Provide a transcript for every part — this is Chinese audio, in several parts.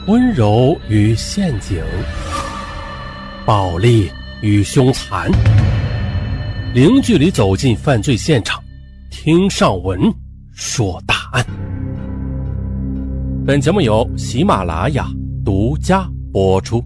温柔与陷阱，暴力与凶残，零距离走进犯罪现场，听上文说大案。本节目由喜马拉雅独家播出。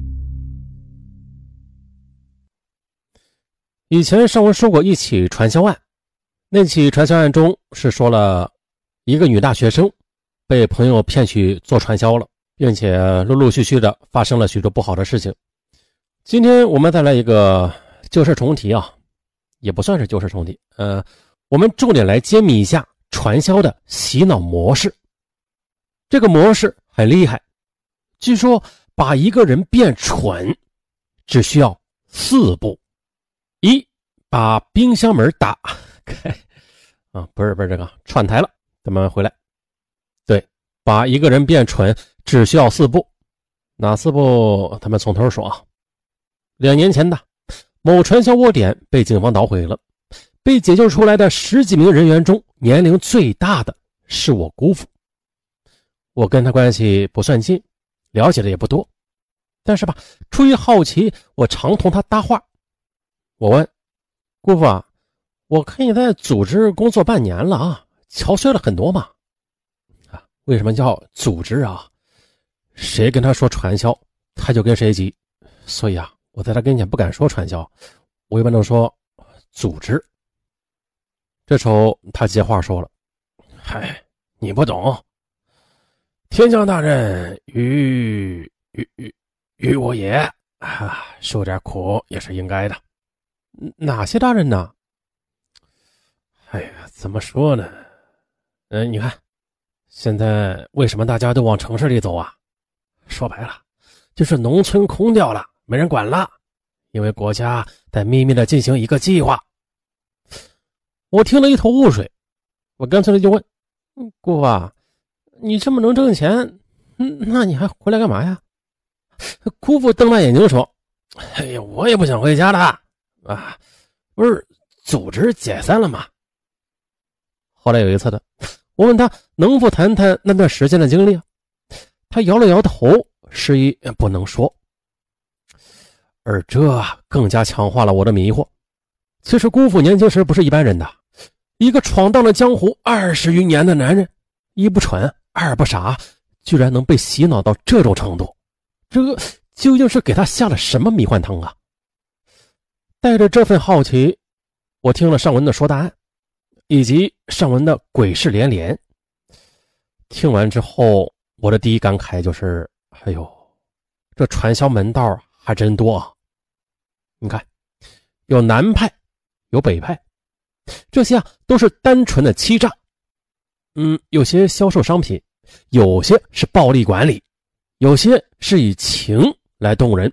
以前上文说过一起传销案，那起传销案中是说了一个女大学生被朋友骗去做传销了，并且陆陆续续的发生了许多不好的事情。今天我们再来一个旧事重提啊，也不算是旧事重提，我们重点来揭秘一下传销的洗脑模式。这个模式很厉害，据说把一个人变蠢只需要4步。一，把冰箱门打开不是这个串台了，咱们回来。对，把一个人变蠢只需要4步。哪4步？咱们从头说啊。2年前的某传销窝点被警方捣毁了，被解救出来的10几名人员中，年龄最大的是我姑父。我跟他关系不算近，了解的也不多，但是吧，出于好奇，我常同他搭话。我问姑父啊，我看你在组织工作半年了啊，憔悴了很多嘛。为什么叫组织啊？谁跟他说传销，他就跟谁急。所以啊，我在他跟前不敢说传销，我一般都说组织。这时候他接话说了，嗨，你不懂，天降大任于我也受点苦也是应该的。哪些大人呢？哎呀，怎么说呢？你看现在为什么大家都往城市里走啊？说白了就是农村空掉了，没人管了，因为国家在秘密的进行一个计划。我听了一头雾水，我干脆就问姑父啊，你这么能挣钱，那你还回来干嘛呀？姑父瞪大眼睛说，哎呀，我也不想回家了不是组织解散了吗？后来有一次的，我问他能否谈谈那段时间的经历啊？他摇了摇头，示意不能说。而这更加强化了我的迷惑。其实姑父年轻时不是一般人的，一个闯荡了江湖20余年的男人，一不蠢，二不傻，居然能被洗脑到这种程度，这究竟是给他下了什么迷幻汤啊？带着这份好奇，我听了上文的说答案，以及上文的鬼事连连。听完之后，我的第一感慨就是，哎呦，这传销门道还真多啊！你看，有南派，有北派，这些都是单纯的欺诈。有些销售商品，有些是暴力管理，有些是以情来动人。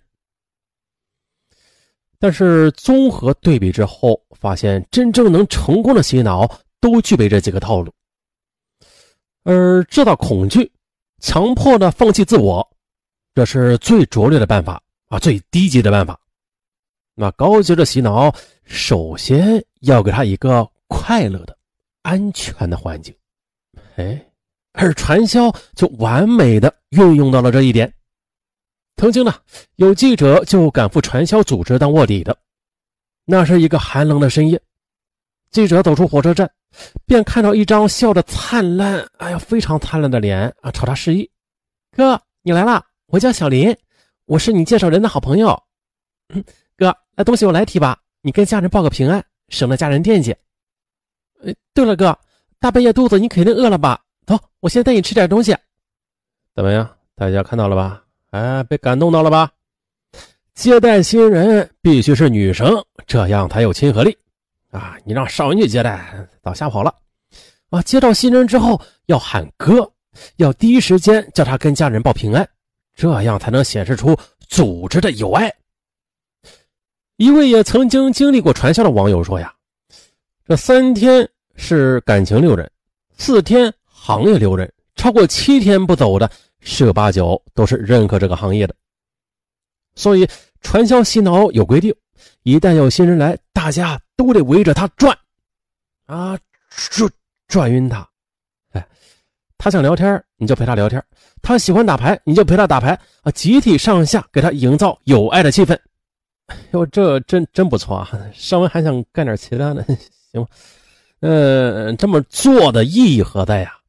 但是综合对比之后，发现真正能成功的洗脑都具备这几个套路。而制造恐惧，强迫的放弃自我，这是最拙劣的办法最低级的办法。那高级的洗脑，首先要给他一个快乐的、安全的环境。而传销就完美的运用到了这一点。曾经呢，有记者就赶赴传销组织当卧底的。那是一个寒冷的深夜，记者走出火车站，便看到一张笑得灿烂，非常灿烂的脸朝他示意。哥，你来啦，我叫小林，我是你介绍人的好朋友。哥，那东西我来提吧，你跟家人报个平安，省得家人惦记。对了哥，大半夜肚子你肯定饿了吧？走，我先带你吃点东西。怎么样，大家看到了吧？被感动到了吧？接待新人必须是女生，这样才有亲和力你让少女接待早吓跑了接到新人之后要喊哥，要第一时间叫他跟家人报平安，这样才能显示出组织的友爱。一位也曾经经历过传销的网友说呀，这3天是感情溜人，4天行业溜人，超过7天不走的10有8九都是认可这个行业的。所以传销洗脑有规定，一旦有新人来，大家都得围着他转转晕他。 他想聊天你就陪他聊天，他喜欢打牌你就陪他打牌啊，集体上下给他营造有爱的气氛。哟，这真不错啊！尚文还想干点其他的，行吗？这么做的意义何在呀？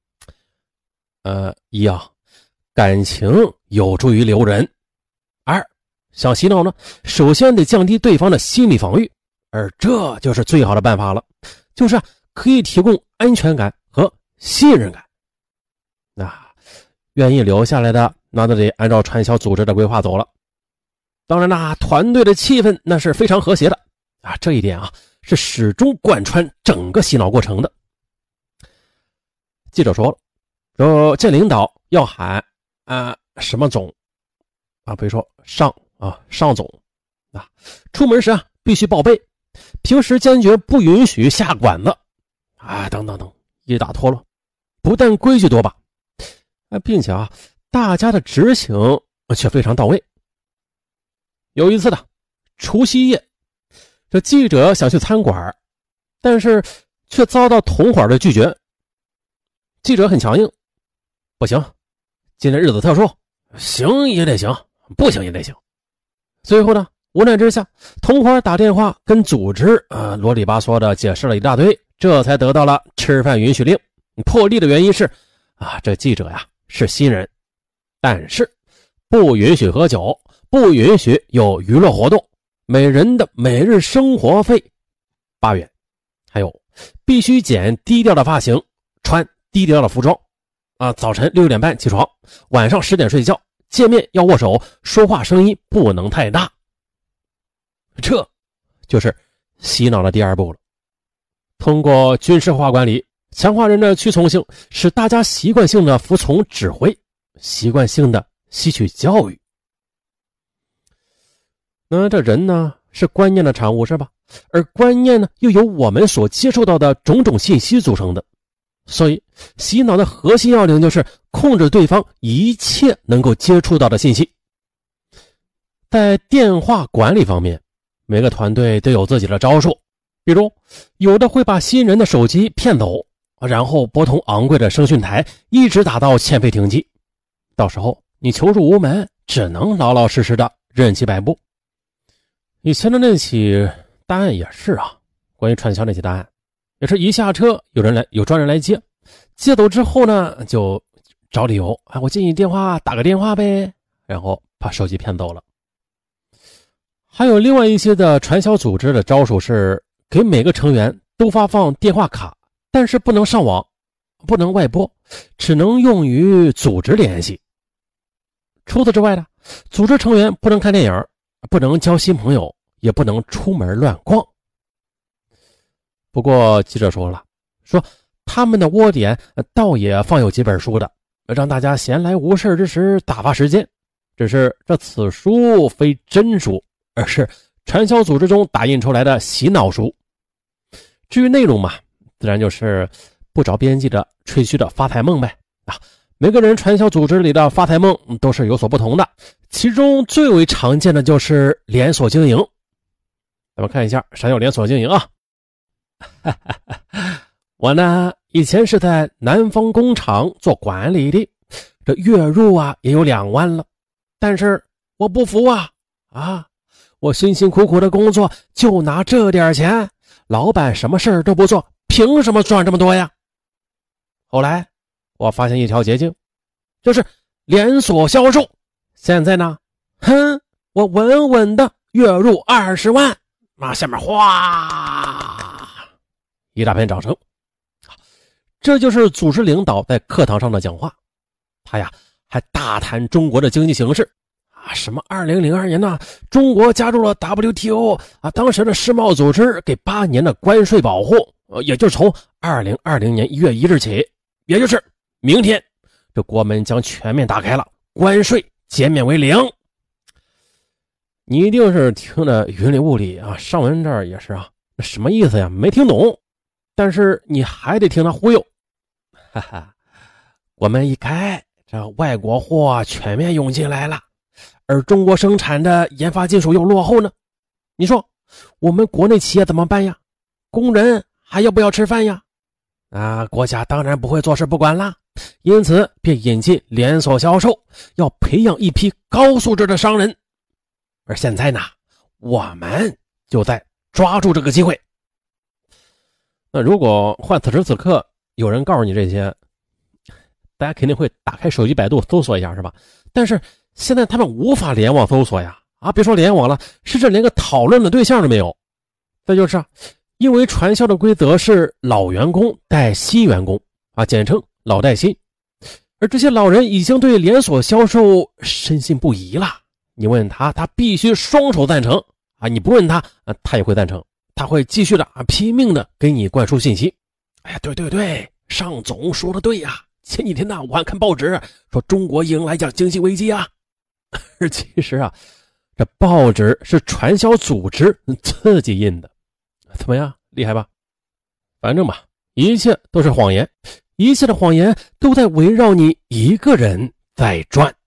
一啊，感情有助于留人；二，想洗脑呢，首先得降低对方的心理防御，而这就是最好的办法了，就是可以提供安全感和信任感。愿意留下来的，那都得按照传销组织的规划走了。当然啦，团队的气氛那是非常和谐的这一点是始终贯穿整个洗脑过程的。记者说了，说见领导要喊什么总比如说上总出门时必须报备，平时坚决不允许下馆子等等等一大坨了。不但规矩多吧，并且大家的执行却非常到位。有一次的除夕夜，这记者想去餐馆，但是却遭到同伙的拒绝。记者很强硬，不行，今天日子特殊，行也得行，不行也得行。最后呢，无奈之下，同伙打电话跟组织啰里吧嗦的解释了一大堆，这才得到了吃饭允许令。破例的原因是这记者是新人，但是不允许喝酒，不允许有娱乐活动，每人的每日生活费8元，还有必须剪低调的发型，穿低调的服装早晨6点半起床，晚上10点睡觉，见面要握手，说话声音不能太大。这就是洗脑的第二步了。通过军事化管理，强化人的屈从性，使大家习惯性的服从指挥，习惯性的吸取教育。那这人呢，是观念的产物是吧？而观念呢，又由我们所接受到的种种信息组成的。所以洗脑的核心要领就是控制对方一切能够接触到的信息。在电话管理方面，每个团队都有自己的招数，比如有的会把新人的手机骗走，然后拨通昂贵的声讯台，一直打到欠费停机，到时候你求助无门，只能老老实实的任其摆布。以前的那起大案也是关于传销那起大案，也是一下车有专人来接走之后呢，就找理由我接你电话打个电话呗，然后把手机骗走了。还有另外一些的传销组织的招数是给每个成员都发放电话卡，但是不能上网，不能外拨，只能用于组织联系。除此之外呢，组织成员不能看电影，不能交新朋友，也不能出门乱逛。不过记者说他们的窝点倒也放有几本书的，让大家闲来无事之时打发时间，只是此书非真书，而是传销组织中打印出来的洗脑书。至于内容嘛，自然就是不着边际的吹嘘的发财梦呗每个人传销组织里的发财梦都是有所不同的，其中最为常见的就是连锁经营。咱们看一下啥叫连锁经营我呢以前是在南方工厂做管理的，这月入也有2万了，但是我不服我辛辛苦苦的工作就拿这点钱，老板什么事儿都不做，凭什么赚这么多呀？后来我发现一条捷径，就是连锁销售。现在呢我稳稳的月入20万，下面哗一大片掌声。这就是组织领导在课堂上的讲话，他还大谈中国的经济形势什么2002年呢，中国加入了 WTO 当时的世贸组织给8年的关税保护，也就是从2020年1月1日起，也就是明天，这国门将全面打开了，关税减免为0。你一定是听得云里雾里上文这儿也是什么意思呀？没听懂，但是你还得听他忽悠。国门一开，这外国货全面涌进来了，而中国生产的研发技术又落后呢，你说我们国内企业怎么办呀？工人还要不要吃饭呀？ 国家当然不会坐视不管啦，因此便引进连锁销售，要培养一批高素质的商人。而现在呢，我们就在抓住这个机会。那如果换此时此刻有人告诉你这些，大家肯定会打开手机百度搜索一下，是吧？但是现在他们无法联网搜索呀，别说联网了，甚至连个讨论的对象都没有。再就是因为传销的规则是老员工带新员工简称老带新，而这些老人已经对连锁销售深信不疑了。你问他，他必须双手赞成你不问他，他也会赞成，他会继续的拼命的给你灌输信息。对，尚总说的对呀，前几天呢我还看报纸说中国迎来经济危机啊。而其实这报纸是传销组织自己印的，怎么样，厉害吧？反正吧，一切都是谎言，一切的谎言都在围绕你一个人在转。